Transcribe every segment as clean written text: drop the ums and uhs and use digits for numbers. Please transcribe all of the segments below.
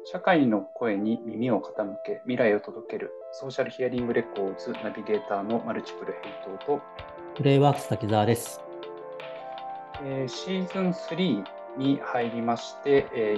社会の声に耳を傾け、未来を届けるソーシャルヒアリングレコーズナビゲーターのマルチプルヘイトと、 プレイワークス滝沢です。 シーズン3に入りまして、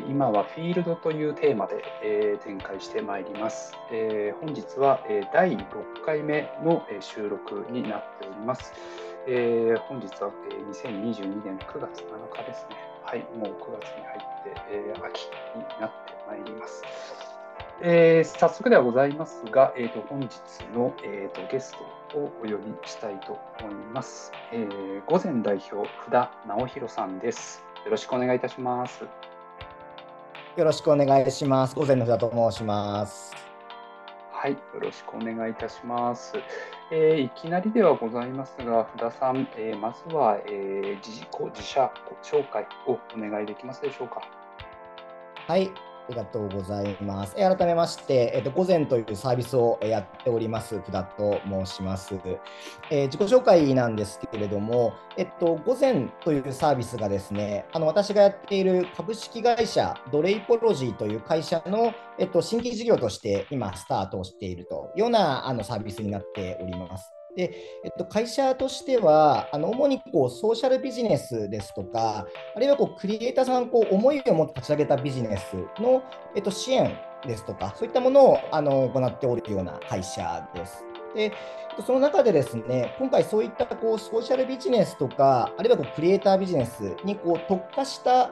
今はフィールドというテーマで、展開してまいります。本日は、第6回目の収録になっております。本日は、2022年9月7日ですね。はい、もう9月に入って、秋になってまいります。早速ではございますが、本日の、ゲストをお呼びしたいと思います。午前代表、福田直弘さんです。よろしくお願いいたします。 よろしくお願いします。午前の福田と申します。 はい、よろしくお願いいたします。いきなりではございますが、福田さん、まずは、自社紹介をお願いできますでしょうか。 はい、ありがとうございます。改めまして、午前というサービスをやっております福田と申します。自己紹介なんですけれども、午前というサービスがですね、私がやっている株式会社ドレイポロジーという会社の、新規事業として今スタートをしているというようなサービスになっております。で会社としては主にソーシャルビジネスですとか、あるいはクリエイターさんが思いを持って立ち上げたビジネスの、支援ですとか、そういったものを行っておるような会社です。でその中でですね、今回そういったソーシャルビジネスとか、あるいはクリエイタービジネスに特化した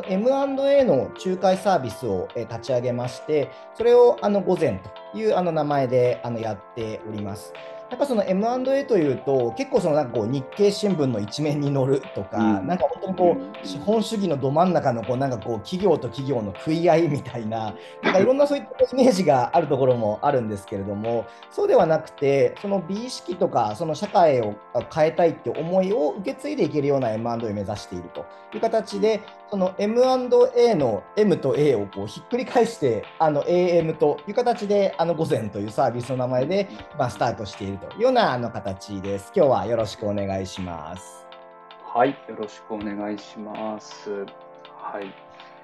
M&A の仲介サービスを立ち上げまして、それを午前という名前でやっております。なんかその M&A というと、結構日経新聞の一面に載るとか、なんか本当に資本主義のど真ん中の企業と企業の食い合いみたいな、なんかいろんなそういったイメージがあるところもあるんですけれども、そうではなくて、その美意識とか、その社会を変えたいっていう思いを受け継いでいけるような M&A を目指しているという形で、その M&A の M と A をひっくり返して、AM という形で、午前というサービスの名前で、スタートしているというような形です。今日はよろしくお願いします。 はい、よろしくお願いします。はい。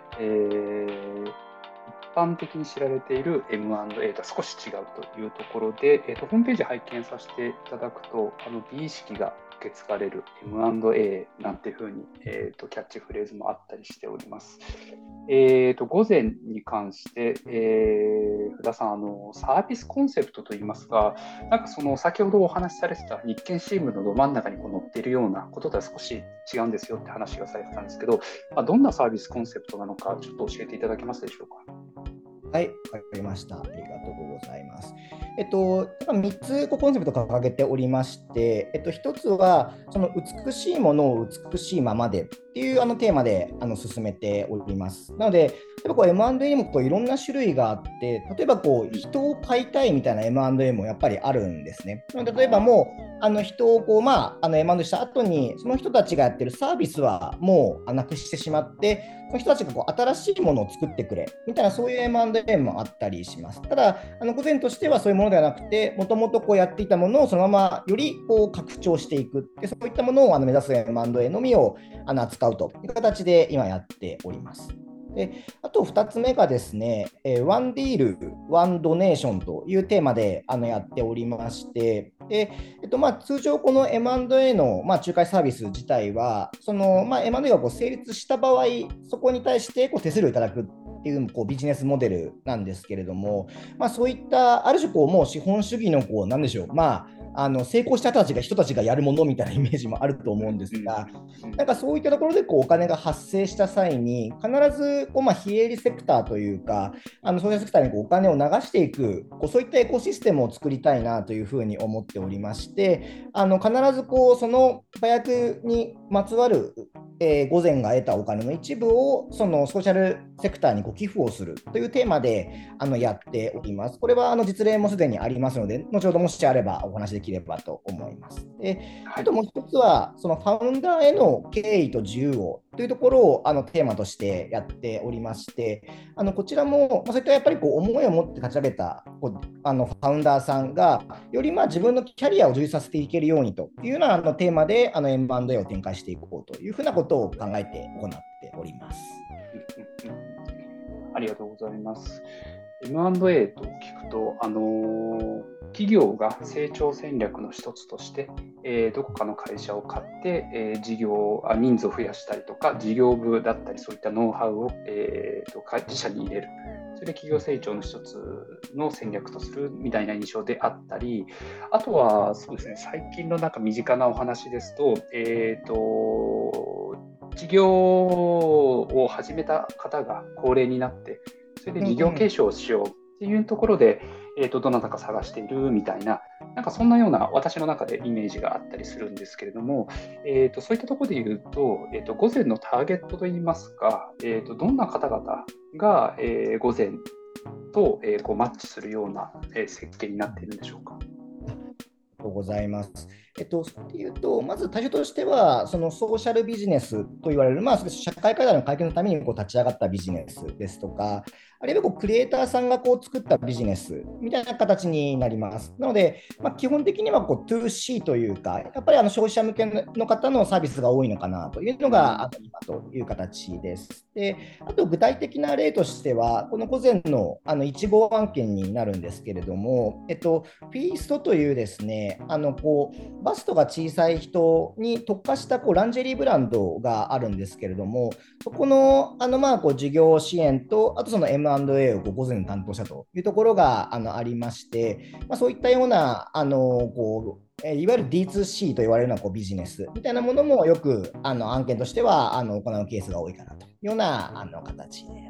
一般的に知られている M&A とは少し違うというところで、ホームページ拝見させていただくと、美意識が受け継がれる M&A なんていうふうに、キャッチフレーズもあったりしております。午前に関して、福田さん、サービスコンセプトといいますか、なんかその先ほどお話しされてた日経新聞のど真ん中に載っているようなこととは少し違うんですよって話がされてたんですけど、どんなサービスコンセプトなのか、ちょっと教えていただけますでしょうか。 はい、わかりました。ありがとうございます。3つコンセプトを掲げておりまして、1つは、その美しいものを美しいままでっていうテーマで進めております。なので、例えばM&A にもいろんな種類があって、例えば人を買いたいみたいな M&A もやっぱりあるんですね。例えばもう人をM&A した後に、その人たちがやってるサービスはもうなくしてしまって、その人たちが新しいものを作ってくれみたいな、そういう M&A もあったりします。ただ、午前としてはそういうものではなくて、もともとやっていたものをそのままより拡張していくで、そういったものを目指す M&A のみを扱うという形で今やっております。であと2つ目がですね、ワンディール、ワンドネーションというテーマでやっておりまして、通常この M&A の仲介サービス自体は、そのM&A が成立した場合、そこに対して手数料をいただくっていうビジネスモデルなんですけれども、そういったある種もう資本主義のなんでしょう、成功した人たちがやるものみたいなイメージもあると思うんですが、なんかそういったところでお金が発生した際に、必ず非営利セクターというか、そういうセクターにお金を流していく、そういったエコシステムを作りたいなというふうに思っておりまして、必ずその火薬にまつわる午前が得たお金の一部をそのソーシャルセクターに寄付をするというテーマでやっております。これは実例もすでにありますので、後ほどもしあればお話できればと思います。であともう一つは、そのファウンダーへの敬意と自由をというところをテーマとしてやっておりまして、こちらも、そういったやっぱり思いを持って立ち上げたファウンダーさんが、より自分のキャリアを充実させていけるようにというようなテーマでM&A を展開していこうというふうなことを考えて行っております。 ありがとうございます。M&A と聞くと、企業が成長戦略の一つとして、どこかの会社を買って、人数を増やしたりとか、事業部だったり、そういったノウハウを、自社に入れる。それで企業成長の一つの戦略とするみたいな印象であったり、あとはそうですね、最近のなんか身近なお話ですと、事業を始めた方が高齢になって、それで事業継承をしようっていうところで、どなたか探しているみたいな、なんかそんなような私の中でイメージがあったりするんですけれども、そういったところで言うと、午前のターゲットといいますか、どんな方々が、午前と、こうマッチするような、設計になっているんでしょうか。 とうございます。っていうと、まず対象としては、そのソーシャルビジネスと言われる、社会課題の解決のために立ち上がったビジネスですとか、あるいはクリエイターさんが作ったビジネスみたいな形になります。なので、基本的には2C というか、やっぱり消費者向けの方のサービスが多いのかなというのが今という形です。で、あと具体的な例としては、この午前の1号案件になるんですけれども、フィーストというですね、バストが小さい人に特化したランジェリーブランドがあるんですけれども、そこの事業支援と、あとその M&A を午前担当したというところがありまして、そういったようないわゆる D2C と言われるようなビジネスみたいなものもよく案件としては行うケースが多いかなというような形です。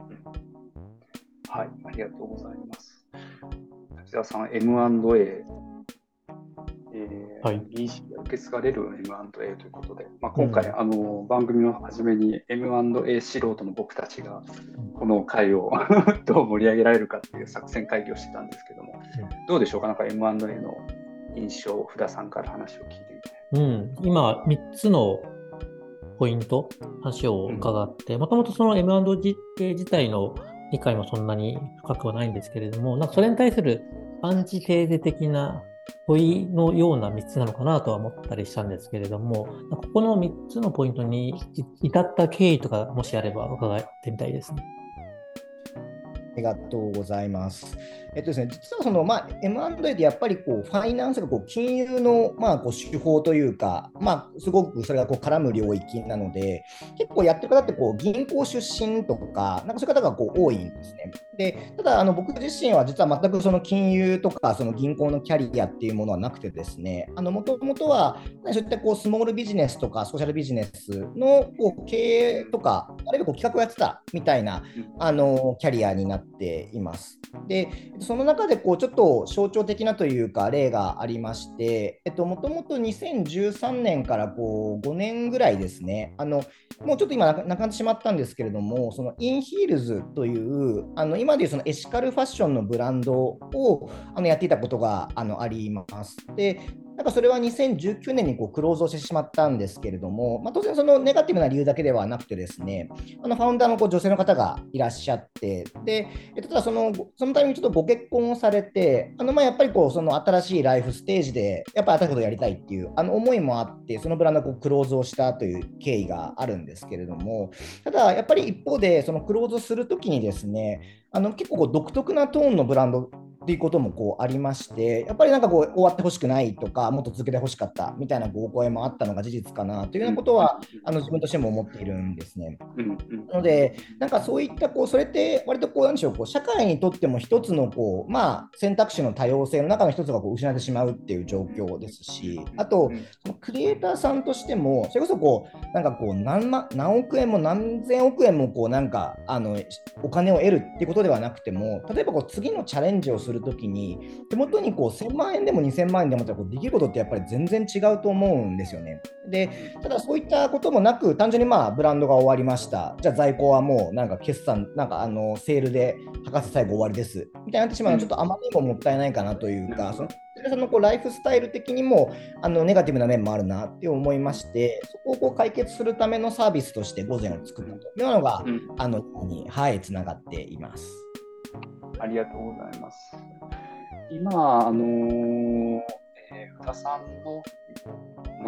はい、ありがとうございます。滝沢さん、M&A、BC が受け継がれる M&A ということで、今回、番組の初めに M&A 素人の僕たちがこの会をどう盛り上げられるかっていう作戦会議をしてたんですけども、どうでしょうか、なんか M&A の印象、福田さんから話を聞いてみて。 今、3つのポイント、話を伺って、もともとその M&A 自体の理解もそんなに深くはないんですけれども、なんかそれに対するアンチテーゼ的な問いのような3つなのかなとは思ったりしたんですけれども、ここの3つのポイントに至った経緯とか、もしあれば伺ってみたいですね。 ありがとうございます。ですね、実はその、M&A ってやっぱりファイナンスが金融の手法というか、すごくそれが絡む領域なので、結構やってる方って銀行出身とか、なんかそういう方が多いんですね。で、ただ僕自身は実は全くその金融とかその銀行のキャリアっていうものはなくてですね、もともとはそういったスモールビジネスとかソーシャルビジネスの経営とか、あるいは企画をやってたみたいなキャリアになっています。で、その中でちょっと象徴的なというか例がありまして、もともと2013年から5年ぐらいですね、もうちょっと今なくなってしまったんですけれども、そのインヒールズという今でいうそのエシカルファッションのブランドをやっていたことがあります。で、なんかそれは2019年にクローズをしてしまったんですけれども、当然そのネガティブな理由だけではなくてですね、ファウンダーの女性の方がいらっしゃって、で、ただそのタイミングちょっとご結婚をされて、やっぱりその新しいライフステージで、やっぱり新しいことをやりたいっていう思いもあって、そのブランドをクローズをしたという経緯があるんですけれども、ただやっぱり一方で、そのクローズするときにですね、結構独特なトーンのブランドっていうこともありまして、やっぱりなんか終わってほしくないとか、もっと続けてほしかったみたいなお声もあったのが事実かなというようなことは、自分としても思っているんですね。なので、なんかそういったそれって割となんでしょう、社会にとっても一つの選択肢の多様性の中の一つが失ってしまうっていう状況ですし、あと、そのクリエイターさんとしても、それこそなんか何億円も何千億円もなんかお金を得るっていうことではなくても、例えば次のチャレンジをするときに、手元に1000万円でも2000万円でもできることってやっぱり全然違うと思うんですよね。で、ただそういったこともなく、単純にブランドが終わりました。じゃあ在庫はもうなんか決算、なんかセールで博士最後終わりです。みたいになってしまうのはちょっとあまりにももったいないかなというか、そのライフスタイル的にもネガティブな面もあるなって思いまして、そこを解決するためのサービスとして午前を作ったというのが、につながっています。 ありがとうございます。今、福田さんの持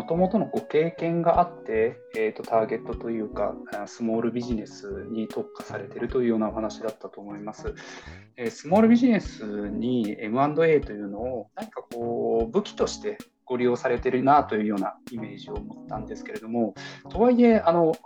ともとの経験があって、ターゲットというか、スモールビジネスに特化されているというようなお話だったと思います。スモールビジネスに M&A というのを何か武器としてご利用されているなというようなイメージを持ったんですけれども、とはいえ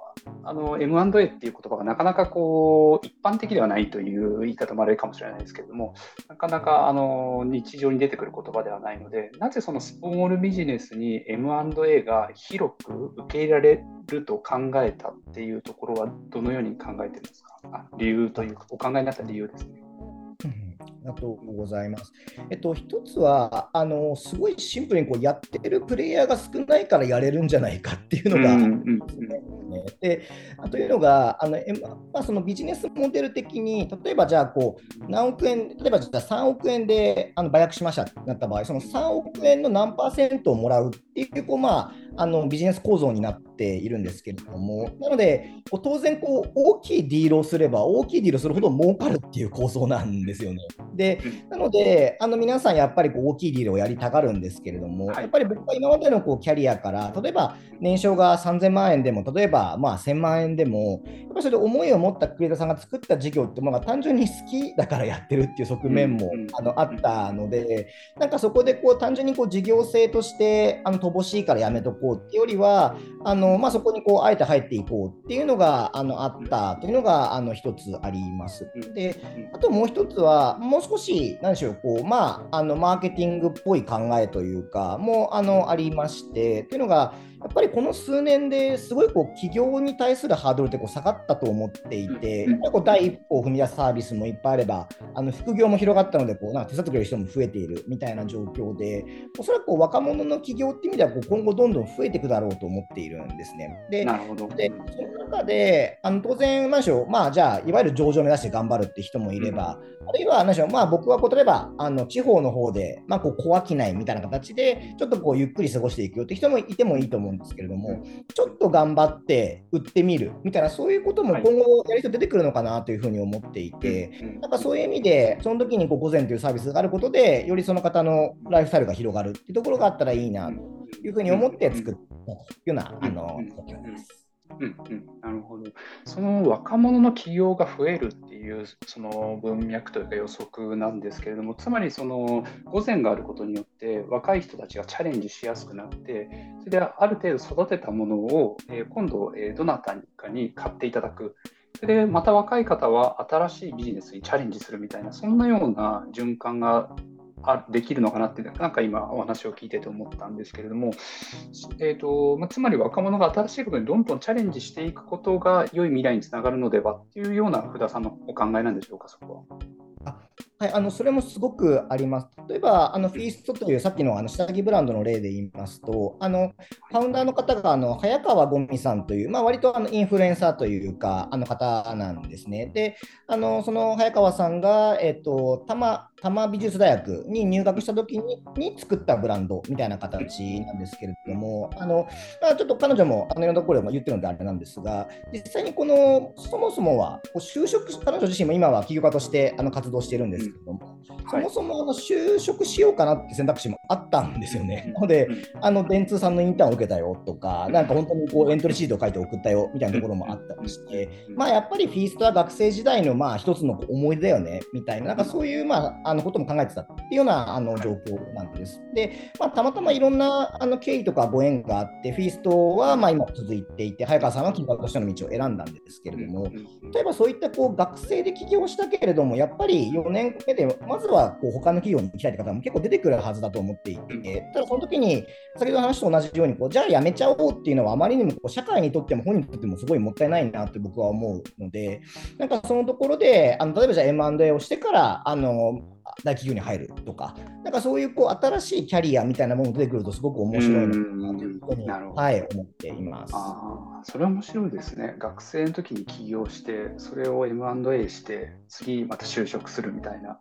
M&A っていう言葉がなかなか一般的ではないという言い方もあるかもしれないですけれども、なかなか日常に出てくる言葉ではないので、なぜそのスモールビジネスに M&A が広く受け入れられると考えたっていうところはどのように考えていますか？理由というか、お考えになった理由ですね。 ありがとうございます。一つはすごいシンプルにやってるプレイヤーが少ないからやれるんじゃないかっていうのが、でというのがそのビジネスモデル的に、例えばじゃあ何億円、例えばじゃあ3億円で売却しましたってなった場合、その3億円の何%をもらうっていうビジネス構造になっているんですけれども、なので当然大きいディールをすれば大きいディールをするほど儲かるっていう構造なんですよね。でなので皆さんやっぱり大きいディールをやりたがるんですけれども、やっぱり僕は今までのキャリアから例えば年商が3000万円でも例えば1000万円でも、やっぱりそれで思いを持ったクリエイターさんが作った事業ってものが単純に好きだからやってるっていう側面もあったので、なんかそこで単純に事業性として乏しいからやめとこうっていうよりはそこにあえて入っていこうっていうのがあったというのが一つあります。であともう一つはもう少し何でしょうマーケティングっぽい考えというかもありまして、というのがやっぱりこの数年ですごい企業に対するハードルって下がったと思っていて、やっぱり第一歩を踏み出すサービスもいっぱいあれば副業も広がったのでなんか手伝ってくれる人も増えているみたいな状況で、おそらく若者の企業っていう意味では今後どんどん増えていくだろうと思っているんですね。でその中で当然じゃあいわゆる上場を目指して頑張るって人もいれば、あるいは僕は例えば地方の方で小商いみたいな形でちょっとゆっくり過ごしていくよって人もいてもいいと思うんですけれども、ちょっと頑張って売ってみるみたいな、そういうことも今後やる人出てくるのかなというふうに思っていて、なんかそういう意味でその時に午前というサービスがあることでよりその方のライフスタイルが広がるっていうところがあったらいいなというふうに思って作ったというような状況です。 なるほど。その若者の起業が増えるっていうその文脈というか予測なんですけれども、つまりその午前があることによって若い人たちがチャレンジしやすくなって、それである程度育てたものを今度どなたかに買っていただく。それでまた若い方は新しいビジネスにチャレンジするみたいな、そんなような循環ができるのかなって、なんか今お話を聞いてて思ったんですけれども、つまり若者が新しいことにどんどんチャレンジしていくことが良い未来につながるのではっていうような福田さんのお考えなんでしょうか、そこは。 はい、それもすごくあります。例えば、フィーストというさっきの下着ブランドの例で言いますと、ファウンダーの方が早川ゴミさんという、割とインフルエンサーというか、方なんですね。で、その早川さんが、多摩美術大学に入学した時に作ったブランドみたいな形なんですけれども、ちょっと彼女もいろんなところでも言ってるのであれなんですが、実際にそもそもは彼女自身も今は起業家として活動しているんですけれども、そもそも就職しようかなって選択肢もあったんですよね。なので、電通さんのインターンを受けたよとか、なんか本当にエントリーシートを書いて送ったよみたいなところもあったりして、やっぱりフィーストは学生時代の一つの思い出だよねみたいな、なんかそういうことも考えてたっていうような状況なんです。で、たまたまいろんな経緯とかご縁があって、フィーストは今続いていて、早川さんは起業家としての道を選んだんですけれども、例えばそういった学生で起業したけれども、やっぱり4年目でまずは他の企業に行きたいという方も結構出てくるはずだと思っていて、ただその時に先ほどの話と同じようにじゃあやめちゃおうっていうのはあまりにも社会にとっても本人にとってもすごいもったいないなって僕は思うので、なんかそのところで例えばじゃあ M&A をしてから大企業に入るとか、なんかそういう新しいキャリアみたいなものが出てくるとすごく面白いのかなというふうに、思っています。 それは面白いですね。学生の時に起業して、それを M&A して、次また就職するみたいな。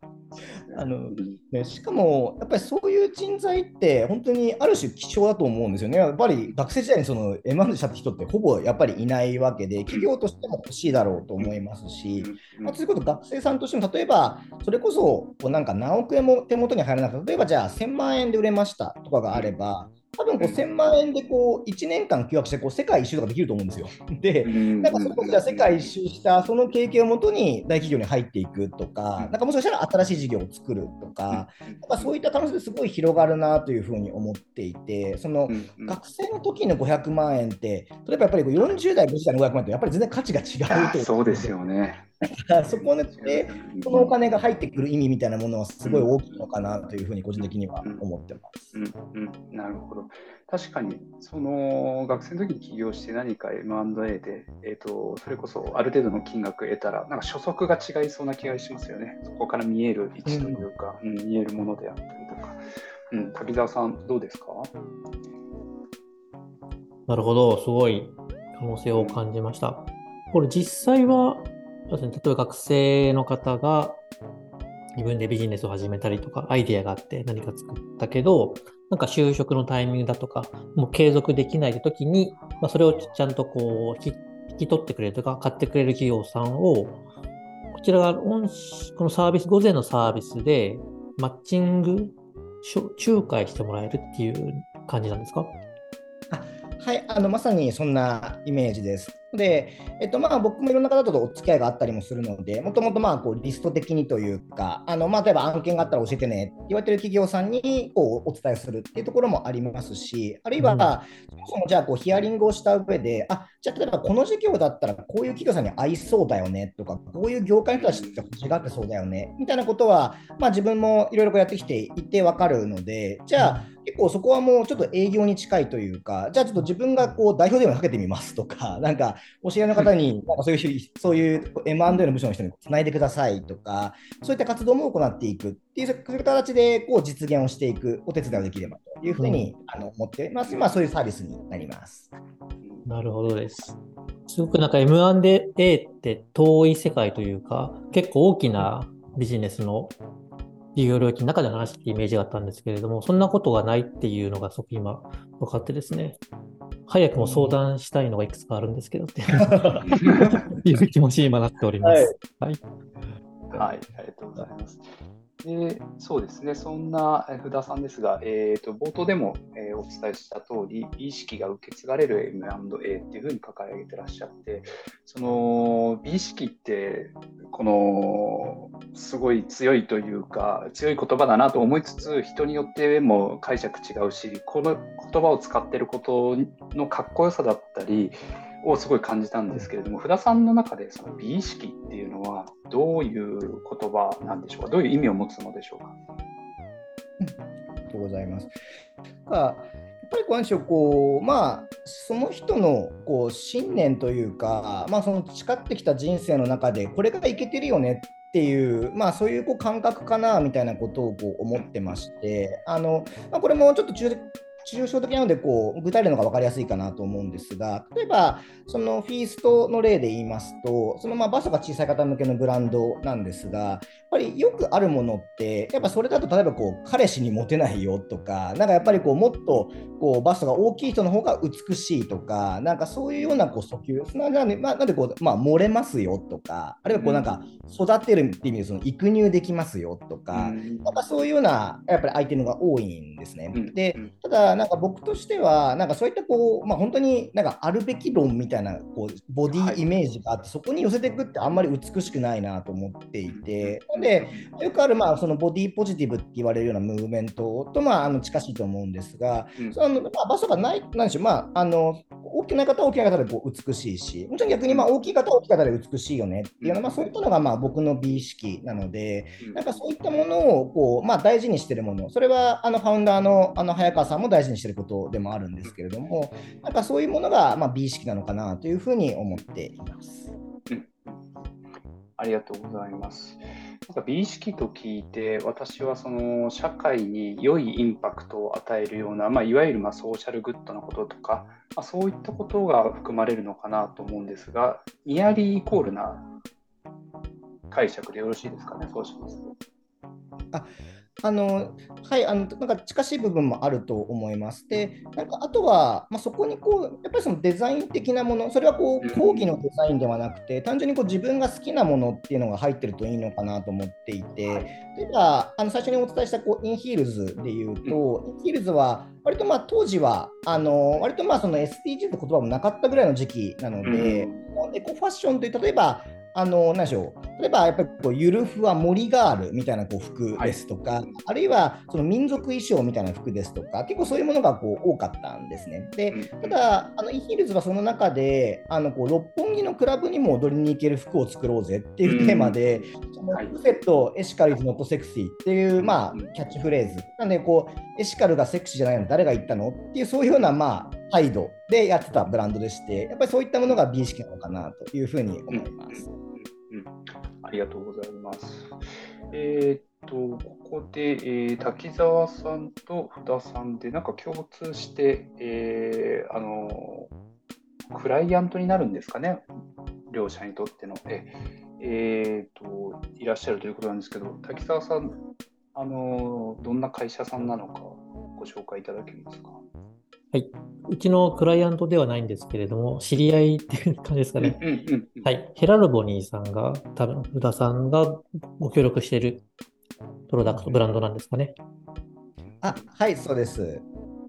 しかもやっぱりそういう人材って本当にある種貴重だと思うんですよね。やっぱり学生時代にM&A した人ってほぼやっぱりいないわけで、企業としても欲しいだろうと思いますし、そういうこと学生さんとしても例えばそれこそなんか何億円も手元に入らなくて、例えばじゃあ1000万円で売れましたとかがあれば、 多分1000万円で1年間休学して世界一周とかできると思うんですよ。で、なんかそれこそじゃあ世界一周したその経験をもとに大企業に入っていくとか、なんかもしかしたら新しい事業を作るとか、なんかそういった可能性ですごい広がるなというふうに思っていて、その学生の時の500万円って、例えばやっぱり40代、50代の500万円ってやっぱり全然価値が違うと。 そうですよね。 そこでそのお金が入ってくる意味みたいなものはすごい大きいのかなというふうに個人的には思ってます。 なるほど。確かにその学生の時に起業して何か M&A で、それこそある程度の金額得たらなんか初速が違いそうな気がしますよね。そこから見える位置というか、見えるものであったりとか。滝沢さんどうですか？ なるほど、すごい可能性を感じました。これ実際は、例えば学生の方が自分でビジネスを始めたりとか、アイデアがあって何か作ったけど、なんか就職のタイミングだとか、もう継続できないときに、それをちゃんと引き取ってくれるとか、買ってくれる企業さんを、こちらがこのサービス、午前のサービスでマッチング、仲介してもらえるっていう感じなんですか？ はい、まさにそんなイメージです。で、僕もいろんな方とお付き合いがあったりもするので、もともとリスト的にというか、例えば案件があったら教えてねって言われてる企業さんにお伝えするっていうところもありますし、あるいは、そもそもじゃあヒアリングをした上で、じゃあ例えばこの事業だったらこういう企業さんに合いそうだよねとか、こういう業界の人たちって欲しがってそうだよねみたいなことは、自分もいろいろやってきていて分かるので、じゃあ、結構そこはもうちょっと営業に近いというか、じゃあちょっと自分が代表電話かけてみますとか、なんかお知り合いの方になんかそういう M&A の部署の人につないでくださいとか、そういった活動も行っていくっていう形で実現をしていくお手伝いをできればというふうに思ってます。そういうサービスになります。 なるほどです。すごくなんか M&A って遠い世界というか、結構大きなビジネスの事業領域の中での話ってイメージがあったんですけれども、そんなことがないっていうのがすごく今分かってですね、早くも相談したいのがいくつかあるんですけどっていう気持ちに今なっております。はい。 はい、ありがとうございます。でそうですね、そんな福田さんですが、冒頭でも、お伝えした通り、美意識が受け継がれる M&A っていうふうに掲げてらっしゃって、その美意識って、すごい強いというか、強い言葉だなと思いつつ、人によっても解釈違うし、この言葉を使っていることのかっこよさだったり、をすごい感じたんですけれども、福田さんの中でその美意識っていうのはどういう言葉なんでしょうか、どういう意味を持つのでしょうか。 ありがとうございます。やっぱりなんでしょう、その人の信念というか、その培ってきた人生の中でこれがいけてるよねっていう、そういう感覚かなみたいなことを思ってまして、これもちょっと抽象的なので具体例の方が分かりやすいかなと思うんですが、例えばそのフィーストの例で言いますと、そのバスが小さい方向けのブランドなんですが、やっぱりよくあるものって、やっぱそれだと例えば彼氏にモテないよとか、なんかやっぱりもっとバストが大きい人の方が美しいとか、なんかそういうような訴求、なんで漏れますよとか、あるいはなんか育てるっていう意味でその育乳できますよとか、なんかそういうようなやっぱりアイテムが多いんですね。で、ただなんか僕としてはなんかそういった本当になんかあるべき論みたいなボディイメージがあって、そこに寄せていくってあんまり美しくないなと思っていて、なのでよくあるそのボディポジティブって言われるようなムーブメントと近しいと思うんですが、場所がないなんでしょう、大きな方は大きな方で美しいし、もちろん逆に大きい方は大きい方で美しいよねっていうような、そういったのが僕の美意識なので、なんかそういったものを大事にしているもの、それはファウンダーの早川さんも大事にしていることでもあるんですけれども、なんかそういうものが美意識なのかなというふうに思っています。 ありがとうございます。なんか美意識と聞いて、私はその社会に良いインパクトを与えるような、いわゆるソーシャルグッドなこととか、そういったことが含まれるのかなと思うんですが、ニアリーイコールな解釈でよろしいですかね、そうしますと。 はい、なんか近しい部分もあると思います。で、なんかあとは、そこにやっぱりそのデザイン的なもの、それは講義のデザインではなくて、単純に自分が好きなものっていうのが入ってるといいのかなと思っていて、例えば、最初にお伝えしたインヒールズでいうと、インヒールズは、割と当時は、割とその SDGs って言葉もなかったぐらいの時期なので、エコファッションという、例えば、何でしょう、例えばやっぱりゆるふわ森ガールみたいな服ですとか、あるいはその民族衣装みたいな服ですとか、結構そういうものが多かったんですね。で、ただ、インヒールズはその中で、六本木のクラブにも踊りに行ける服を作ろうぜっていうテーマで、フセット、エシカルイズノットセクシーっていう、キャッチフレーズ。なんで、エシカルがセクシーじゃないの誰が言ったのっていう、そういうような、態度でやってたブランドでして、やっぱりそういったものが美意識なのかなというふうに思います。 ありがとうございます。ここで、滝沢さんと福田さんでなんか共通して、クライアントになるんですかね、両者にとっての、いらっしゃるということなんですけど、滝沢さん、どんな会社さんなのかご紹介いただけますか。 はい。うちのクライアントではないんですけれども、知り合いっていう感じですかね。はい。ヘラルボニーさんが、多分、福田さんがご協力しているプロダクト、ブランドなんですかね。 はい、そうです。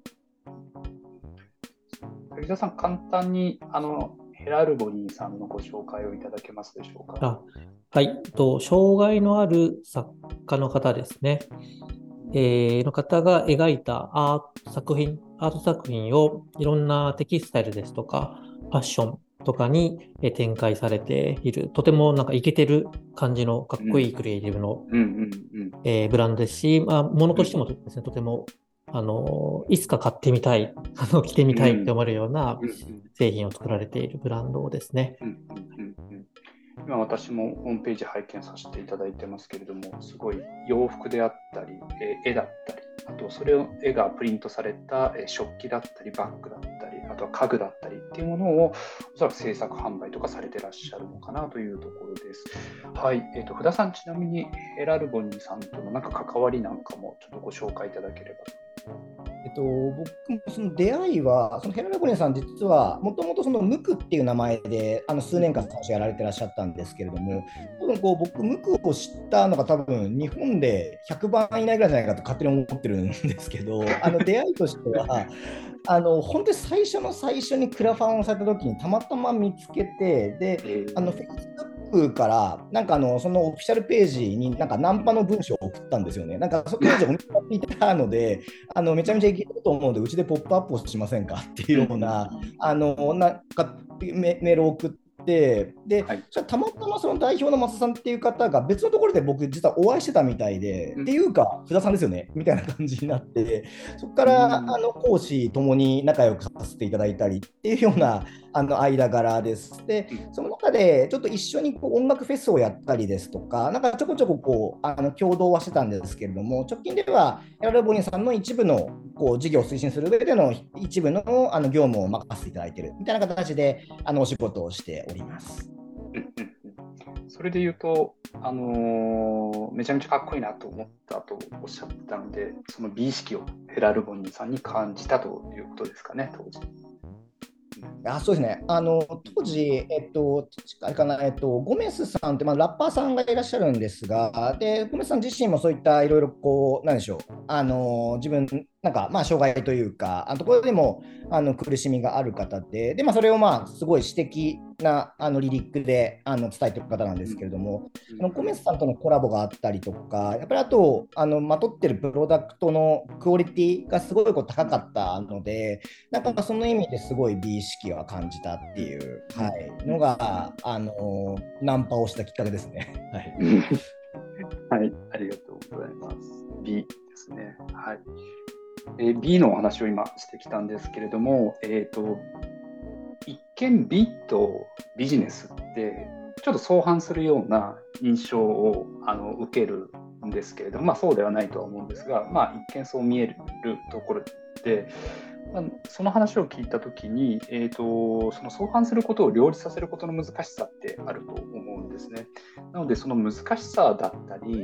滝沢さん、簡単にヘラルボニーさんのご紹介をいただけますでしょうか。 はい。障害のある作家の方ですね。の方が描いたアート作品をいろんなテキスタイルですとか、ファッションとかに展開されている、とてもなんかイケてる感じのかっこいいクリエイティブのブランドですし、ものとしてもですね、とてもいつか買ってみたい、着てみたいって思われるような製品を作られているブランドですね。 今私もホームページ拝見させていただいてますけれども、すごい洋服であったり、絵だったり、あとそれを絵がプリントされた食器だったり、バッグだったり、あとは家具だったりっていうものをおそらく制作販売とかされてらっしゃるのかなというところです。はい、福田さん、ちなみにヘラルボニーさんとのなんか関わりなんかもちょっとご紹介いただければと。 僕もその出会いは、そのヘラルボニーさん、実はもともとムクっていう名前で数年間最初やられてらっしゃったんですけれども、多分僕、ムクを知ったのが多分日本で100番以内ぐらいじゃないかと勝手に思ってるんですけど、出会いとしては、本当に最初の最初にクラファンをされた時にたまたま見つけて、で、Facebook からなんかそのオフィシャルページになんかナンパの文章を送ったんですよね。なんかその当時お店がいたので、めちゃめちゃいけると思うので、うちでポップアップをしませんかっていうような、なんかメールを送って、で、たまたまその代表の増田さんっていう方が別のところで僕実はお会いしてたみたいで、っていうか福田さんですよねみたいな感じになって、そこから講師ともに仲良くさせていただいたりっていうような間柄です。で、その中でちょっと一緒に音楽フェスをやったりですとか、なんかちょこちょこ共同はしてたんですけれども、直近ではヘラルボニーさんの一部の事業を推進する上での一部の業務を任せていただいているみたいな形でお仕事をしております。 それで言うと、めちゃめちゃかっこいいなと思ったとおっしゃったので、その美意識をヘラルボニーさんに感じたということですかね、当時。 そうですね。当時、あれかな、ゴメスさんって、ラッパーさんがいらっしゃるんですが、で、ゴメスさん自身もそういったいろいろなんでしょう、自分、なんか、障害というか、ところでも苦しみがある方で、それをすごい詩的なリリックで伝えている方なんですけれども、ゴメスさんとのコラボがあったりとか、やっぱりあと、まとってるプロダクトのクオリティがすごい高かったので、なんかその意味ですごい美意識は感じたっていう、のが、ナンパをしたきっかけですね。 はい、ありがとうございます。美ですね。はい。美のお話を今してきたんですけれども、一見美とビジネスってちょっと相反するような印象を受けるんですけれども、そうではないとは思うんですが、一見そう見えるところで、その話を聞いたときに、その相反することを両立させることの難しさってあると思うんですね。なのでその難しさだったり、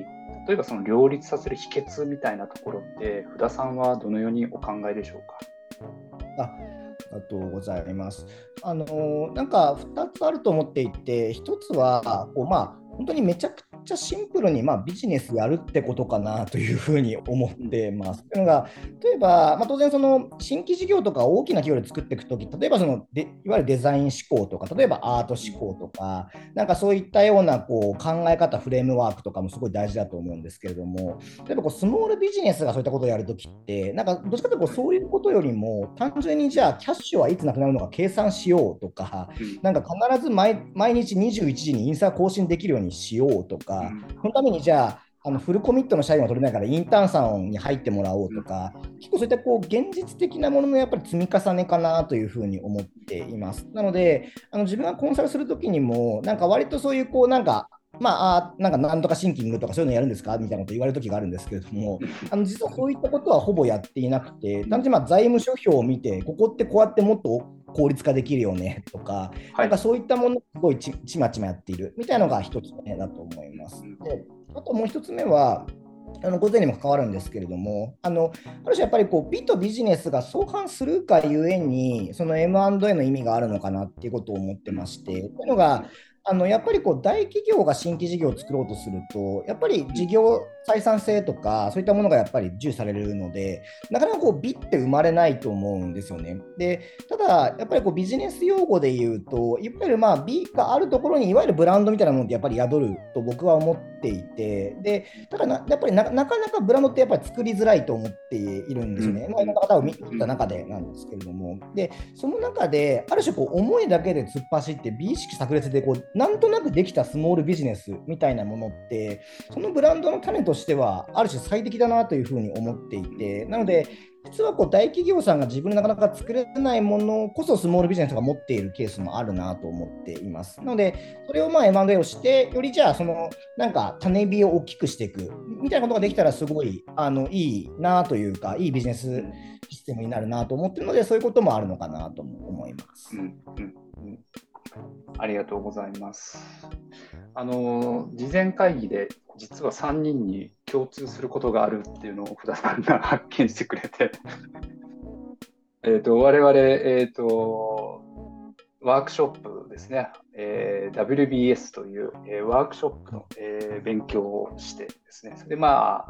例えばその両立させる秘訣みたいなところって福田さんはどのようにお考えでしょうか？ あありがとうございます。なんか2つあると思っていて、1つは本当にめちゃくちゃシンプルにビジネスやるってことかなというふうに思ってます。というのが、例えば、当然その新規事業とか大きな企業で作っていくとき、例えばいわゆるデザイン思考とか、例えばアート思考とか、なんかそういったような考え方、フレームワークとかもすごい大事だと思うんですけれども、例えばスモールビジネスがそういったことをやるときって、なんかどっちかというとそういうことよりも、単純にじゃあキャッシュはいつなくなるのか計算しようとか、なんか必ず毎日21時にインスタ更新できるようにしようとか、そのためにじゃあフルコミットの社員は取れないからインターンさんに入ってもらおうとか、結構そういった現実的なもののやっぱり積み重ねかなというふうに思っています。なので、自分がコンサルするときにも、なんか割とそういうなんかなんとかシンキングとかそういうのやるんですかみたいなこと言われるときがあるんですけれども、実はそういったことはほぼやっていなくて、単純に財務諸表を見て、ここってこうやってもっと効率化できるよねとか、なんかそういったものをすごいちまちまやっているみたいなのが一つ目だと思います。で、あともう一つ目は、午前にも関わるんですけれども、ある種やっぱり美とビジネスが相反するがゆえに、その M&A の意味があるのかなっていうことを思ってまして、というのが、やっぱり大企業が新規事業を作ろうとすると、やっぱり事業採算性とか、そういったものがやっぱり重視されるので、なかなか美って生まれないと思うんですよね。で、ただ、やっぱりビジネス用語で言うと、いわゆる美があるところに、いわゆるブランドみたいなものってやっぱり宿ると僕は思っていて、で、ただやっぱりなかなかブランドってやっぱり作りづらいと思っているんですよね。いろんな方を見た中でなんですけれども、で、その中で、ある種思いだけで突っ走って、美意識炸裂でなんとなくできたスモールビジネスみたいなものって、そのブランドの種としては、ある種最適だなというふうに思っていて、なので、実は大企業さんが自分でなかなか作れないものこそスモールビジネスが持っているケースもあるなと思っています。なので、それをM&A をして、よりじゃあ、なんか種火を大きくしていくみたいなことができたら、すごいいいなというか、いいビジネスシステムになるなと思っているので、そういうこともあるのかなと思います。 ありがとうございます。事前会議で実は3人に共通することがあるっていうのを福田さんが発見してくれて我々、ワークショップですね、WBS という、ワークショップの、勉強をしてですね、それで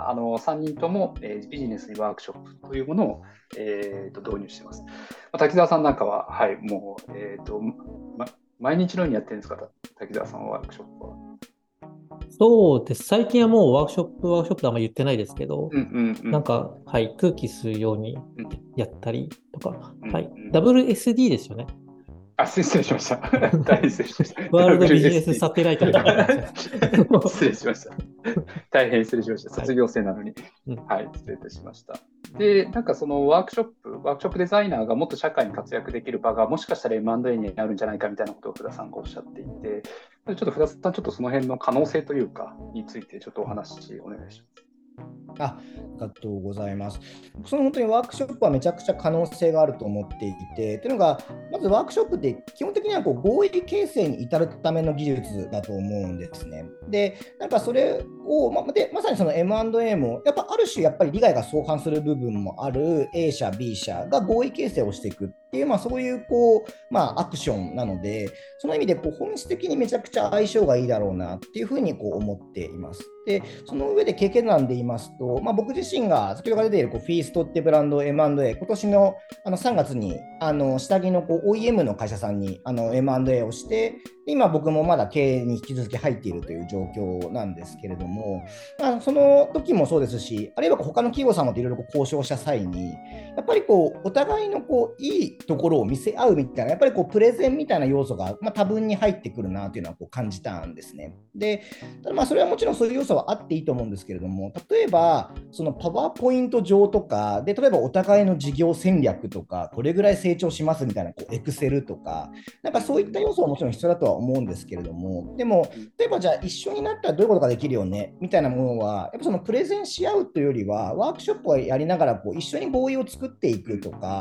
3人とも、ビジネスにワークショップというものを、導入しています。滝沢さんなんかは、はい、もう、毎日のようにやってるんですか、滝沢さんはワークショップは。 そうです。最近はもうワークショップとあんまり言ってないですけど、なんか、はい、空気吸うようにやったりとか、はい、WSD ですよね。 失礼しました。大変失礼しました。 ワールドビジネスサテライトみたいな。 失礼しました。大変失礼しました。卒業生なのに。はい、失礼いたしました。で、なんかそのワークショップデザイナーがもっと社会に活躍できる場がもしかしたら M&A になるんじゃないかみたいなことを福田さんがおっしゃっていて、ちょっと福田さん、ちょっとその辺の可能性というか、についてちょっとお話お願いします。 ありがとうございます。本当にワークショップはめちゃくちゃ可能性があると思っていて、というのが、まずワークショップって基本的には合意形成に至るための技術だと思うんですね。で、なんかそれを、まさにその M&A も、やっぱある種やっぱり利害が相反する部分もある A 社、B 社が合意形成をしていくっていう、そういうアクションなので、その意味で本質的にめちゃくちゃ相性がいいだろうなっていうふうに思っています。で、その上で経験談で言いますと、僕自身が先ほどから出ているフィーストっていうブランド M&A、今年の3月に下着のOEM の会社さんにM&A をして、今僕もまだ経営に引き続き入っているという状況なんですけれども、その時もそうですし、あるいは他の企業様といろいろ交渉した際に、やっぱりお互いのいいところを見せ合うみたいな、やっぱりプレゼンみたいな要素が多分に入ってくるなというのは感じたんですね。で、ただそれはもちろんそういう要素はあっていいと思うんですけれども、例えばそのパワーポイント上とかで、例えばお互いの事業戦略とか、これぐらい成長しますみたいなエクセルとか、なんかそういった要素はもちろん必要だとは思うんですけれども、でも例えばじゃあ一緒になったらどういうことができるよねみたいなものは、やっぱそのプレゼンし合うというよりは、ワークショップをやりながら一緒に合意を作っていくとか、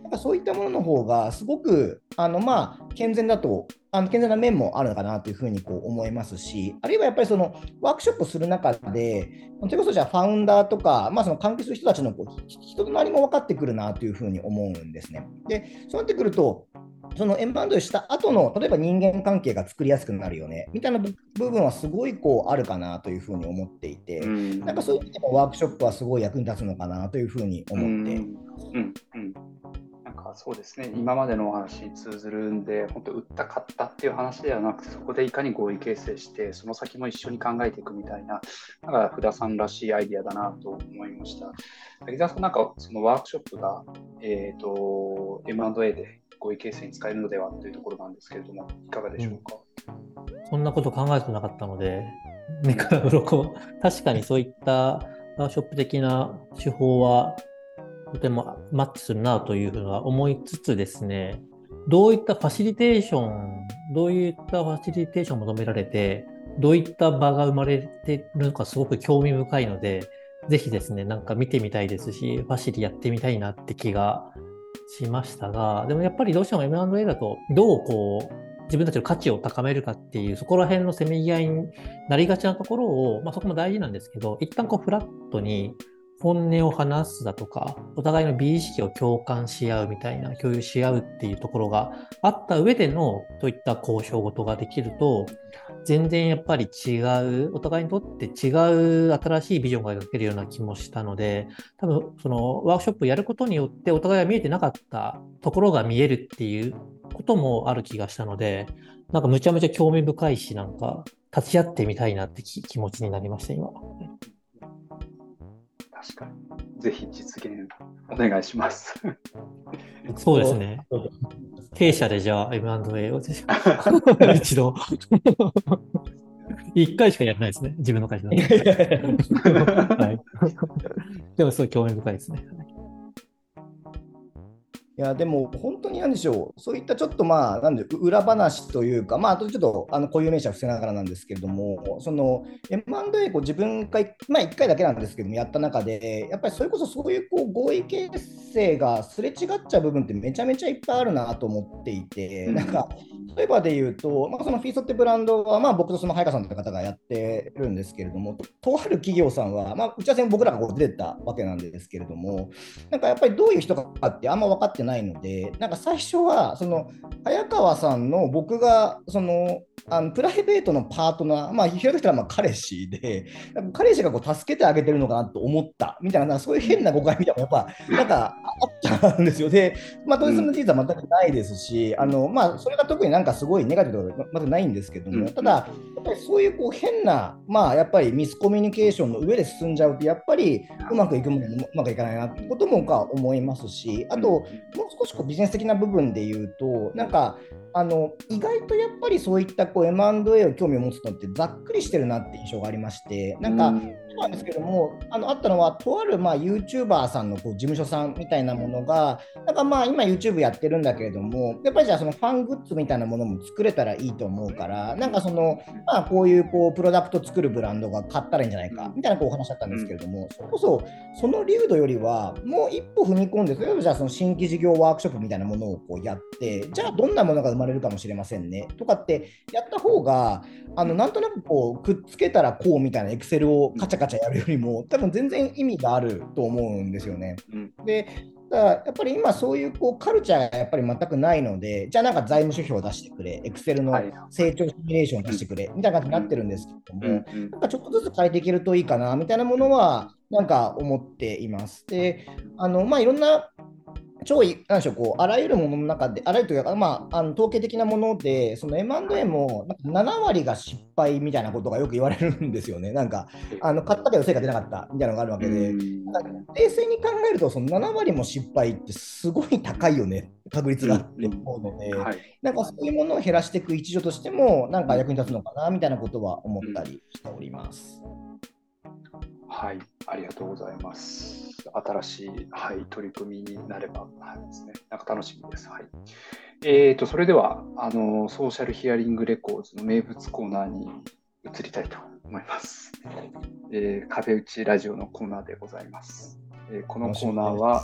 なんかそういったものの方がすごく健全だと健全な面もあるのかなというふうに思いますし、あるいはやっぱりそのワークショップをする中で、それこそじゃあファウンダーとか、その関係する人たちの人となりも分かってくるなというふうに思うんですね。で、そうなってくると、そのM&Aした後の例えば人間関係が作りやすくなるよねみたいな部分はすごいあるかなというふうに思っていて、なんかそういう意味でもワークショップはすごい役に立つのかなというふうに思ってなんかそうですね、今までのお話に通ずるんで、本当、売った買ったっていう話ではなくて、そこでいかに合意形成して、その先も一緒に考えていくみたいな、なんか福田さんらしいアイディアだなと思いました。滝沢さん、なんかそのワークショップが、M&A で合意形成に使えるのではというところなんですけれども、いかがでしょうか。 そんなこと考えてなかったので、目から鱗確かにそういったワークショップ的な手法はとてもマッチするなというふうには思いつつですね、どういったファシリテーションを求められて、どういった場が生まれているのかすごく興味深いので、ぜひですね、なんか見てみたいですし、ファシリやってみたいなって気がしましたが、でもやっぱりどうしても M&A だと、どう自分たちの価値を高めるかっていう、そこら辺のせめぎ合いになりがちなところを、そこも大事なんですけど、一旦フラットに本音を話すだとか、お互いの美意識を共感し合うみたいな、共有し合うっていうところがあった上での、そういった交渉事ができると、全然やっぱり違う、お互いにとって違う新しいビジョンが描けるような気もしたので、多分そのワークショップをやることによってお互いが見えてなかったところが見えるっていうこともある気がしたので、なんかむちゃむちゃ興味深いし、なんか立ち会ってみたいなって気持ちになりました、今。 確かに。ぜひ実現お願いします。 そうですね。弊社でじゃあ M&A を一度1回しかやらないですね。自分の会社だと。はい。でもすごい興味深いですね。 いやでも本当に何でしょう、そういったちょっとなんで裏話というか、あとちょっと固有名詞は伏せながらなんですけれども、その M&A 自分が1回だけなんですけどもやった中で、やっぱりそれこそそういう合意形成がすれ違っちゃう部分ってめちゃめちゃいっぱいあるなと思っていて、なんか例えばで言うと、そのフィーソってブランドは僕とその早川さんという方がやってるんですけれども、とある企業さんは、打ち合わせに僕らが出てたわけなんですけれども、なんかやっぱりどういう人かってあんま分かってないので、なんか最初はその早川さんの僕がそのプライベートのパートナー、平としたら彼氏で、彼氏が助けてあげてるのかなと思ったみたいな、そういう変な誤解みたいなのがやっぱなんかあったんですよ。で、当然その事実は全くないですし、それが特になんかすごいネガティブとかまずないんですけども、ただ、やっぱりそういう変な、やっぱりミスコミュニケーションの上で進んじゃうと、やっぱりうまくいくものもうまくいかないなってことも思いますし、あと、もう少しビジネス的な部分で言うと、なんか、意外とやっぱりそういったM&A を興味を持つのってざっくりしてるなって印象がありまして、なんか、そうなんですけども、あったのは、とあるYouTuber さんの事務所さんみたいなものが、なんか今 YouTube やってるんだけれども、やっぱりじゃあそのファングッズみたいなものも作れたらいいと思うから、なんかその、こういうプロダクト作るブランドが買ったらいいんじゃないかみたいなお話だったんですけれども、それこそその流度よりは、もう一歩踏み込んで、例えばじゃあその新規事業ワークショップみたいなものをやって、じゃあどんなものが生まれるかもしれませんねとかってやった方が、なんとなくくっつけたらこうみたいなエクセルをカチャカチャやるよりも、多分全然意味があると思うんですよね。で、やっぱり今そういうカルチャーがやっぱり全くないので、じゃあなんか財務指標を出してくれ、エクセルの成長シミュレーションを出してくれみたいな感じになってるんですけども、なんかちょっとずつ変えていけるといいかなみたいなものはなんか思っています。で、いろんななんでしょう、あらゆるものの中で、あらゆるというか、統計的なもので、その M&A も7割が失敗みたいなことがよく言われるんですよね。なんか、買ったけど成果出なかったみたいなのがあるわけで、冷静に考えると、その7割も失敗ってすごい高いよね、確率がって思うので、なんかそういうものを減らしていく一助としても、なんか役に立つのかなみたいなことは思ったりしております。 はい、ありがとうございます。新しい、取り組みになればですね、なんか楽しみです。それではソーシャルヒアリングレコーズの名物コーナーに移りたいと思います。壁打ちラジオのコーナーでございます。 このコーナーは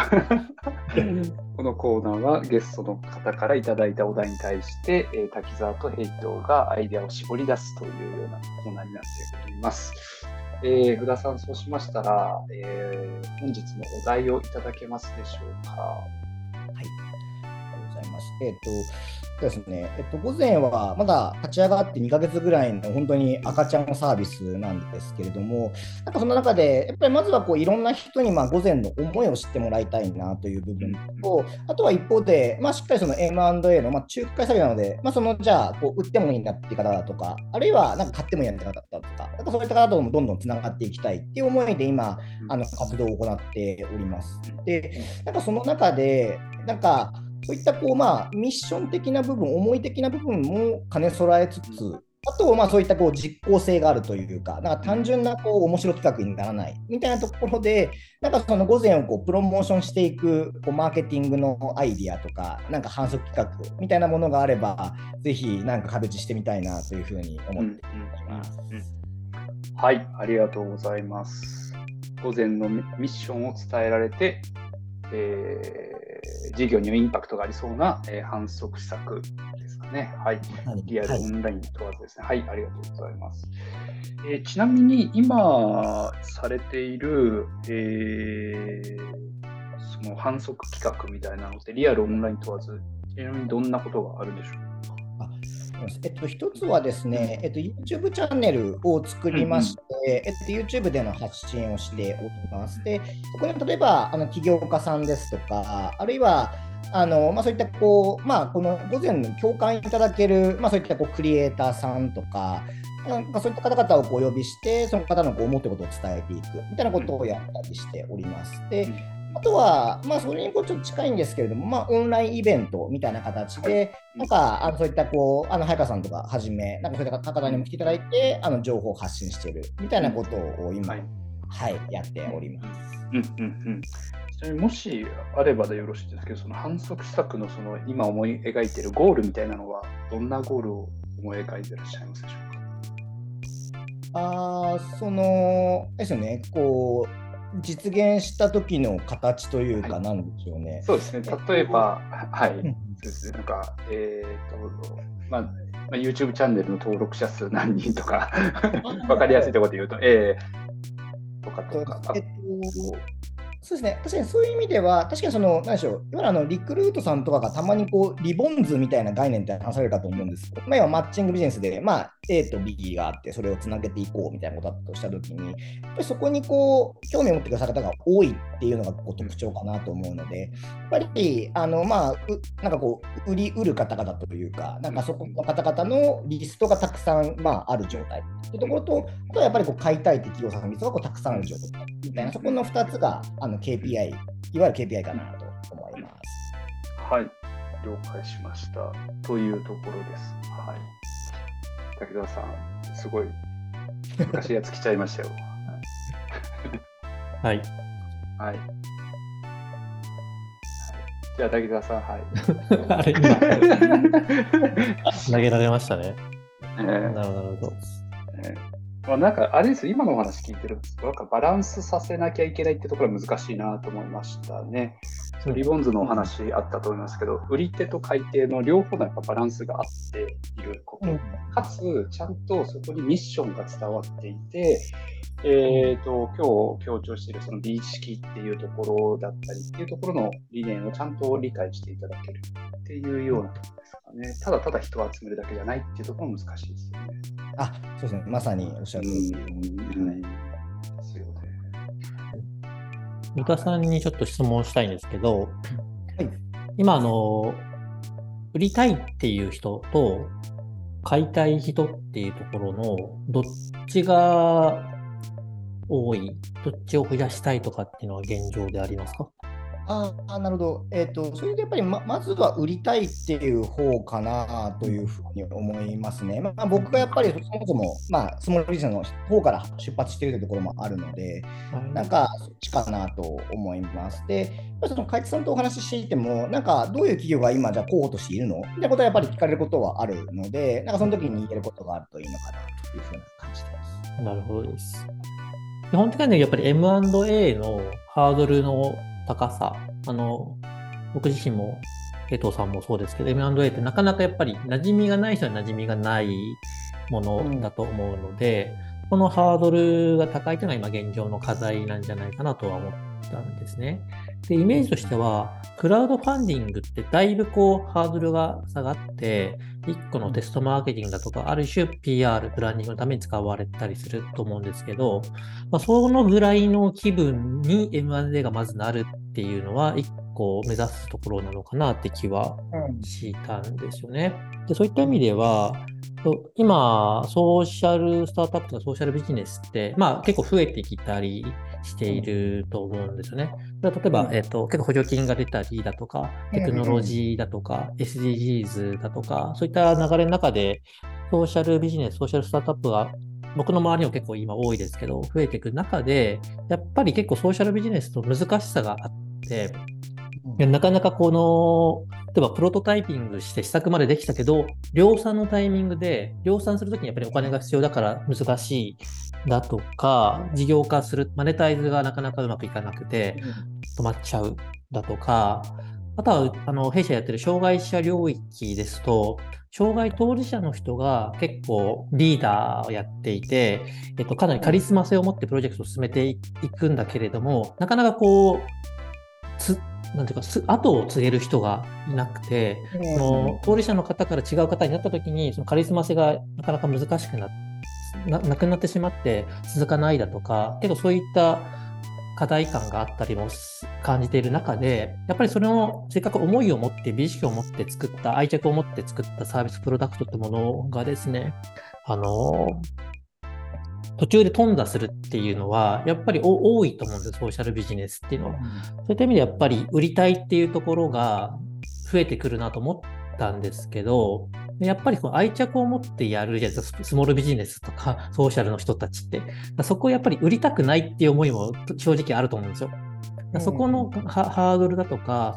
このコーナーはゲストの方からいただいたお題に対して、滝沢とヘイトがアイデアを絞り出すというようなコーナーになっております。福田さん、そうしましたら、本日のお題をいただけますでしょうか。 はい、ありがとうございます。ですね、午前はまだ立ち上がって2ヶ月ぐらいの本当に赤ちゃんサービスなんですけれども、なんかその中でやっぱりまずはこういろんな人に午前の思いを知ってもらいたいなという部分と、あとは一方で、しっかりその M&A の、仲介作業なので、そのじゃあこう売ってもいいんだっていう方だとか、あるいはなんか買ってもいいんだって方だとか、なんかそういった方ともどんどんつながっていきたいっていう思いで今活動を行っております。で、なんかその中でなんかそういったこう、ミッション的な部分、思い的な部分も兼ね備えつつ、あと、そういったこう実効性があるというか、なんか単純なこう面白企画にならないみたいなところで、なんかその午前をこうプロモーションしていくこうマーケティングのアイディアとか、なんか反則企画みたいなものがあれば、ぜひなんか壁打ちしてみたいなというふうに思っています。 はい、ありがとうございます。午前のミッションを伝えられて、事業にインパクトがありそうな、反則施策ですかね。はい。リアル、オンライン問わずですね。はい、ありがとうございます。ちなみに今されている、その反則企画みたいなのってリアル、オンライン問わず、ちなみにどんなことがあるんでしょうか。 一つはですね、YouTube チャンネルを作りまして、YouTube での発信をしております。で、そこに例えば起業家さんですとか、あるいはそういったこう、この午前に共感いただける、そういったこうクリエイターさんとか、なんかそういった方々をこうお呼びして、その方のこう思っていることを伝えていくみたいなことをやったりしております。で、あとは、それにこうちょっと近いんですけれども、オンラインイベントみたいな形で、なんかそういったこう早川さんとかはじめ、なんかそういった方にも来ていただいて、情報を発信しているみたいなことを今、やっております。 ちなみにもしあればでよろしいですけど、その反則施策のその今思い描いているゴールみたいなのは、どんなゴールを思い描いていらっしゃいますでしょうか。 そのですよね、こう実現した時の形というか、なんでしょうね。 そうですね。例えば、そうですね。なんか、YouTube チャンネルの登録者数何人とか、わかりやすいところで言うと、とか。 そうですね、確かにそういう意味では、確かに何でしょう、いわゆるリクルートさんとかがたまにこうリボンズみたいな概念って話されるかと思うんですけど、要はマッチングビジネスで、A と B があって、それをつなげていこうみたいなことだとしたときに、やっぱりそこにこう興味を持ってくださる方が多いっていうのがこう特徴かなと思うので、やっぱりなんかこう売り売る方々というか、なんかそこの方々のリストがたくさん、ある状態というところと、あとはやっぱりこう買いたいって企業さんのリストがこうたくさんある状態みたいな、そこの2つがKPI、いわゆる KPI かなと思います。 はい、了解しました。というところです。はい。竹澤さん、すごい難しいやつ来ちゃいましたよ。 はい。 はい。じゃあ竹澤さん、はい。 あれ今投げられましたね。なるほど。 なんかあれです、今のお話聞いてると、なんかバランスさせなきゃいけないってところは難しいなと思いましたね。リボンズのお話あったと思いますけど、売り手と買い手の両方のやっぱバランスがあっていること、かつちゃんとそこにミッションが伝わっていて、今日強調しているその美意識っていうところだったりっていうところの理念をちゃんと理解していただけるっていうようなところですかね。ただただ人を集めるだけじゃないっていうところも難しいですよね。 そうですね。まさにおっしゃる通りですよね。 三田さんにちょっと質問したいんですけど、今売りたいっていう人と買いたい人っていうところのどっちが多い、どっちを増やしたいとかっていうのは現状でありますか？ なるほど。それでやっぱり まずは売りたいっていう方かなというふうに思いますね。僕がやっぱりそもそも、スモールビジネスの方から出発しているというところもあるので、なんかそっちかなと思います。で、その海津さんとお話ししていても、なんかどういう企業が今じゃ候補としているのみたいなことはやっぱり聞かれることはあるので、なんかその時に言えることがあるといいのかなというふうな感じです。 なるほどです。 基本的にはやっぱり M&A のハードルの高さ、僕自身も、江藤さんもそうですけど、M&A ってなかなかやっぱり馴染みがない人は馴染みがないものだと思うので、このハードルが高いというのが今現状の課題なんじゃないかなとは思ったんですね。で、イメージとしては、クラウドファンディングってだいぶハードルが下がって、1個のテストマーケティングだとか、ある種 PR、ブランディングのために使われたりすると思うんですけど、そのぐらいの気分に M&A がまずなるっていうのは、1個目指すところなのかなって気はしたんですよね。で、そういった意味では、今、ソーシャルスタートアップとかソーシャルビジネスって、結構増えてきたりしていると思うんですよね。例えば、結構補助金が出たりだとか、テクノロジーだとか、SDGs だとか、そういった流れの中で、ソーシャルビジネス、ソーシャルスタートアップが僕の周りにも結構今多いですけど、増えていく中で、やっぱり結構ソーシャルビジネスと難しさがあって、なかなか例えばプロトタイピングして試作までできたけど、量産のタイミングで、量産するときにやっぱりお金が必要だから難しいだとか、事業化する、マネタイズがなかなかうまくいかなくて止まっちゃうだとか、あとは、弊社やってる障害者領域ですと、障害当事者の人が結構リーダーをやっていて、かなりカリスマ性を持ってプロジェクトを進めていくんだけれども、なかなかなんていうか、後を継げる人がいなくて、その当事者の方から違う方になったときに、そのカリスマ性がなかなか難しくなくなってしまって続かないだとか、けどそういった課題感があったりも感じている中で、やっぱりそれをせっかく思いを持って、美意識を持って作った、愛着を持って作ったサービスプロダクトってものがですね、途中で頓挫するっていうのは、やっぱり多いと思うんです、ソーシャルビジネスっていうのは。そういった意味でやっぱり売りたいっていうところが増えてくるなと思ったんですけど、やっぱりこの愛着を持ってやるじゃないですか、スモールビジネスとかソーシャルの人たちって。そこをやっぱり売りたくないっていう思いも正直あると思うんですよ。そこのハードルだとか、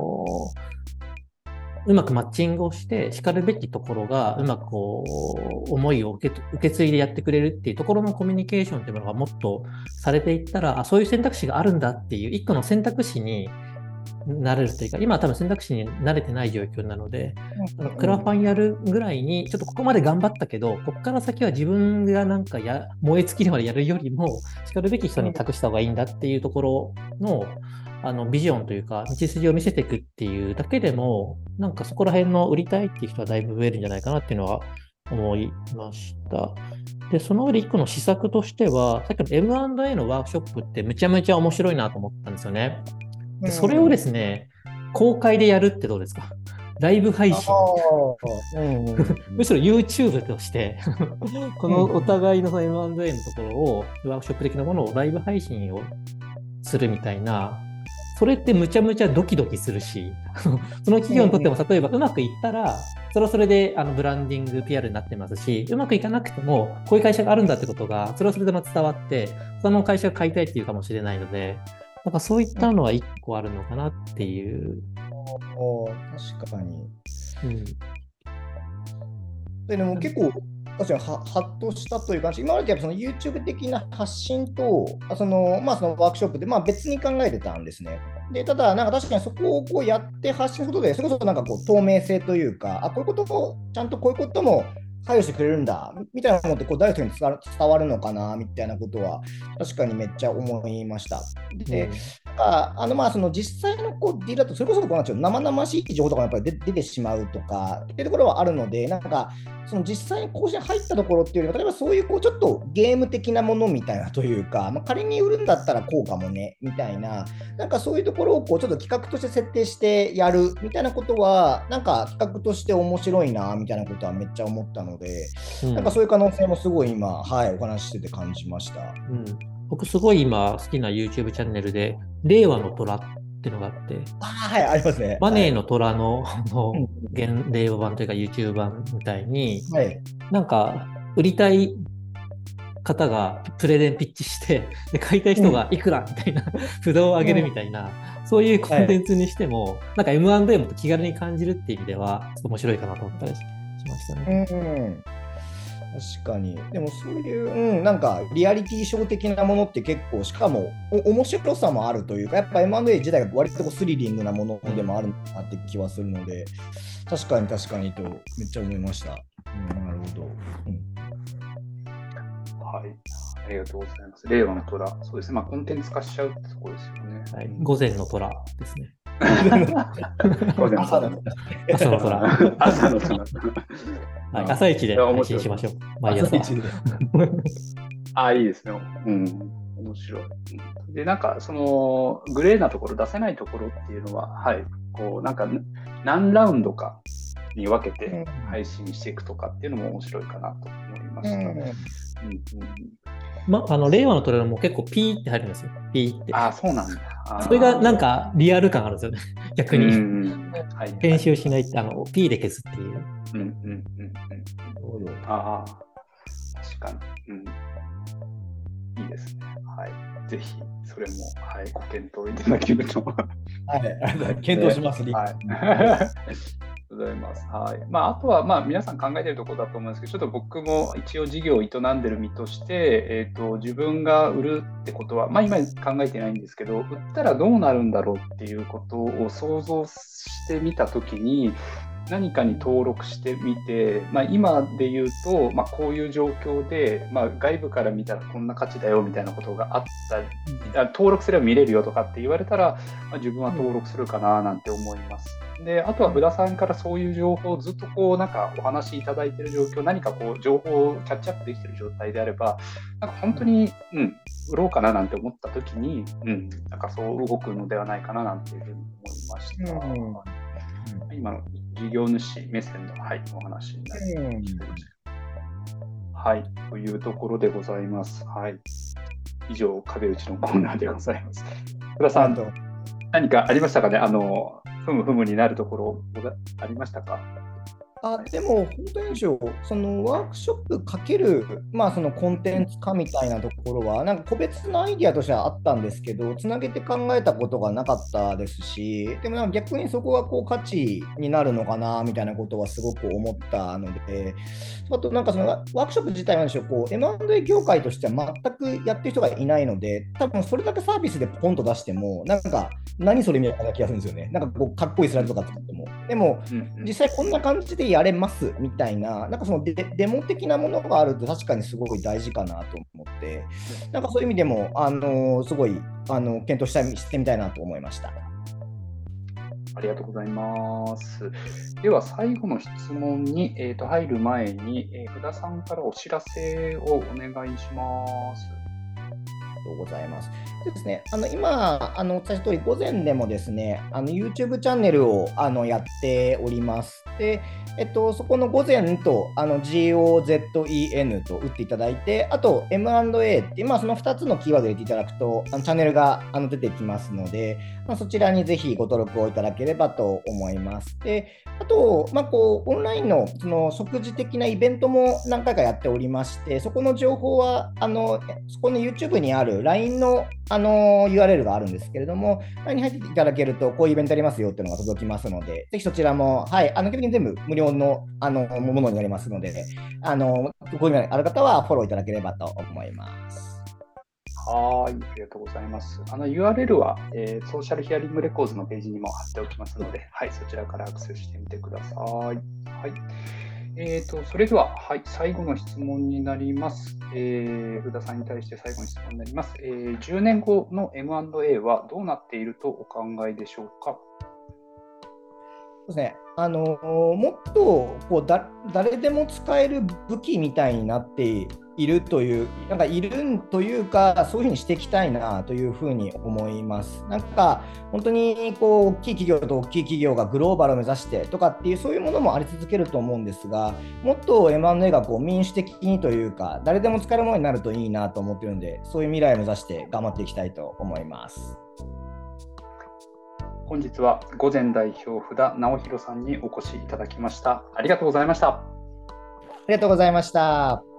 うまくマッチングをして、叱るべきところがうまく思いを受け継いでやってくれるっていうところのコミュニケーションっていうものがもっとされていったら、そういう選択肢があるんだっていう一個の選択肢になれるというか、今は多分選択肢に慣れてない状況なので、クラファンやるぐらいに、ちょっとここまで頑張ったけど、ここから先は自分がなんか燃え尽きるまでやるよりも、叱るべき人に託した方がいいんだっていうところの、ビジョンというか、道筋を見せていくっていうだけでも、なんかそこら辺の売りたいっていう人はだいぶ増えるんじゃないかなっていうのは思いました。で、その上で一個の施策としては、さっきの M&A のワークショップってめちゃめちゃ面白いなと思ったんですよね。でそれをですね、公開でやるってどうですか？ライブ配信。むしろ YouTube としてこのお互いのM&A のところを、ワークショップ的なものをライブ配信をするみたいな、それってむちゃむちゃドキドキするし、その企業にとっても例えばうまくいったら、それはそれでブランディング、PR になってますし、うまくいかなくても、こういう会社があるんだってことが、それはそれで伝わって、その会社が買いたいっていうかもしれないので、なんかそういったのは一個あるのかなっていう。 確かに。でも結構、確かにハッとしたという感じ、今までその YouTube 的な発信と、そのワークショップで別に考えてたんですね。でただ、なんか確かにそこをやって発信することで、それこそなんか透明性というか、こういうことを、ちゃんとこういうことも配慮してくれるんだみたいなのってダイレクトに伝わるのかなみたいなことは確かにめっちゃ思いました。で、その実際のディールだとそれこそ生々しい情報とかやっぱり出てしまうとかっていうところはあるので、なんかその実際に更新入ったところっていうよりは、例えばそういうちょっとゲーム的なものみたいなというか、仮に売るんだったらこうかもねみたいな、なんかそういうところをちょっと企画として設定してやるみたいなことは、なんか企画として面白いなみたいなことはめっちゃ思ったので、なんかそういう可能性もすごい今、お話ししてて感じました。 僕すごい今好きな YouTube チャンネルで、令和の虎っていうのがあって、 ありますね。 マネーの虎の令和版というか YouTube 版みたいに、なんか売りたい方がプレゼンピッチして、で買いたい人がいくらみたいな札を上げるみたいな、そういうコンテンツにしても、なんか M&A も気軽に感じるっていう意味では、ちょっと面白いかなと思ったりしましたね。 確かに。でもそういう、なんかリアリティショー的なものって結構、しかも面白さもあるというか、やっぱ M&A 自体が割とこうスリリングなものでもあるなって気はするので、確かに確かにとめっちゃ思いました。なるほど。 はい。ありがとうございます。令和の虎。そうですね。コンテンツ化しちゃうってところですよね。 はい、午前の虎ですね。 午前の朝の朝の虎。 朝の虎。 はい、朝一で配信しましょう。毎朝。 朝一で。 いいですね。面白い。で、なんか、その、グレーなところ、出せないところっていうのは、はい、こう、なんか、何ラウンドかに分けて配信していくとかっていうのも面白いかなと思いました。 令和のトレードも結構ピーって入るんですよ。ピーって。 そうなんだ。 それがなんかリアル感あるんですよね。逆に。編集しないって、ピーで消すっていう。 確かに。いいですね。はい。ぜひ、それも、はい、ご検討いただけると。 はい、検討します。 はい。ございます。はい。あとは、皆さん考えているところだと思うんですけど、ちょっと僕も一応事業を営んでる身として、自分が売るってことは、今考えてないんですけど、売ったらどうなるんだろうっていうことを想像してみたときに、何かに登録してみて、今で言うと、こういう状況で、外部から見たらこんな価値だよみたいなことがあったり、登録すれば見れるよとかって言われたら、自分は登録するかななんて思います。で、あとは宇田さんからそういう情報をずっとなんかお話しいただいている状況、何か情報をキャッチアップできている状態であれば、なんか本当に、売ろうかななんて思った時に、なんかそう動くのではないかななんていうふうに思いました。今の事業主目線の、お話になりました。はい、というところでございます。はい。以上、壁打ちのコーナーでございます。宇田さん、何かありましたかね？ふむふむになるところありましたか？ でも本当にそのワークショップかける、そのコンテンツ化みたいなところは、なんか個別のアイディアとしてはあったんですけど、つなげて考えたことがなかったですし、でもなんか逆にそこが価値になるのかなみたいなことはすごく思ったので、あとなんかそのワークショップ自体なんでしょう、M&A 業界としては全くやってる人がいないので、多分それだけサービスでポンと出しても、なんか何それみたいな気がするんですよね。なんかかっこいいスライドとか作っても。でも、実際こんな感じでやれますみたいな、なんかそのデモ的なものがあると確かにすごい大事かなと思って、なんかそういう意味でも、すごい検討してみたいなと思いました。 ありがとうございます。では最後の質問に、入る前に、宇田さんからお知らせをお願いします。 ありがとうございます。でですね、今、お伝えした通り、午前でもですね、YouTube チャンネルをやっております。で、そこの午前とGOZEN と打っていただいて、あと M&A って、その2つのキーワードを入れていただくと、チャンネルが出てきますので、そちらにぜひご登録をいただければと思います。で、あと、オンラインのその即時的なイベントも何回かやっておりまして、そこの情報は、そこの YouTube にある LINE のURL があるんですけれども、LINE に入っていただけると、こういうイベントありますよっていうのが届きますので、ぜひそちらも、基本的に全部無料のものになりますので、ご興味ある方はフォローいただければと思います。 はい、ありがとうございます。URL は、ソーシャルヒアリングレコーズのページにも貼っておきますので、そちらからアクセスしてみてください。はい。それでは、最後の質問になります。宇田さんに対して最後の質問になります。10年後の M&A はどうなっているとお考えでしょうか？ そうですね、もっと誰でも使える武器みたいになっているという、なんかいるというか、そういうふうにしていきたいなというふうに思います。なんか本当に大きい企業と大きい企業がグローバルを目指してとかっていう、そういうものもあり続けると思うんですが、もっと M&A が民主的にというか、誰でも使えるものになるといいなと思っているので、そういう未来を目指して頑張っていきたいと思います。 本日は午前代表福田直弘さんにお越しいただきました。ありがとうございました。 ありがとうございました。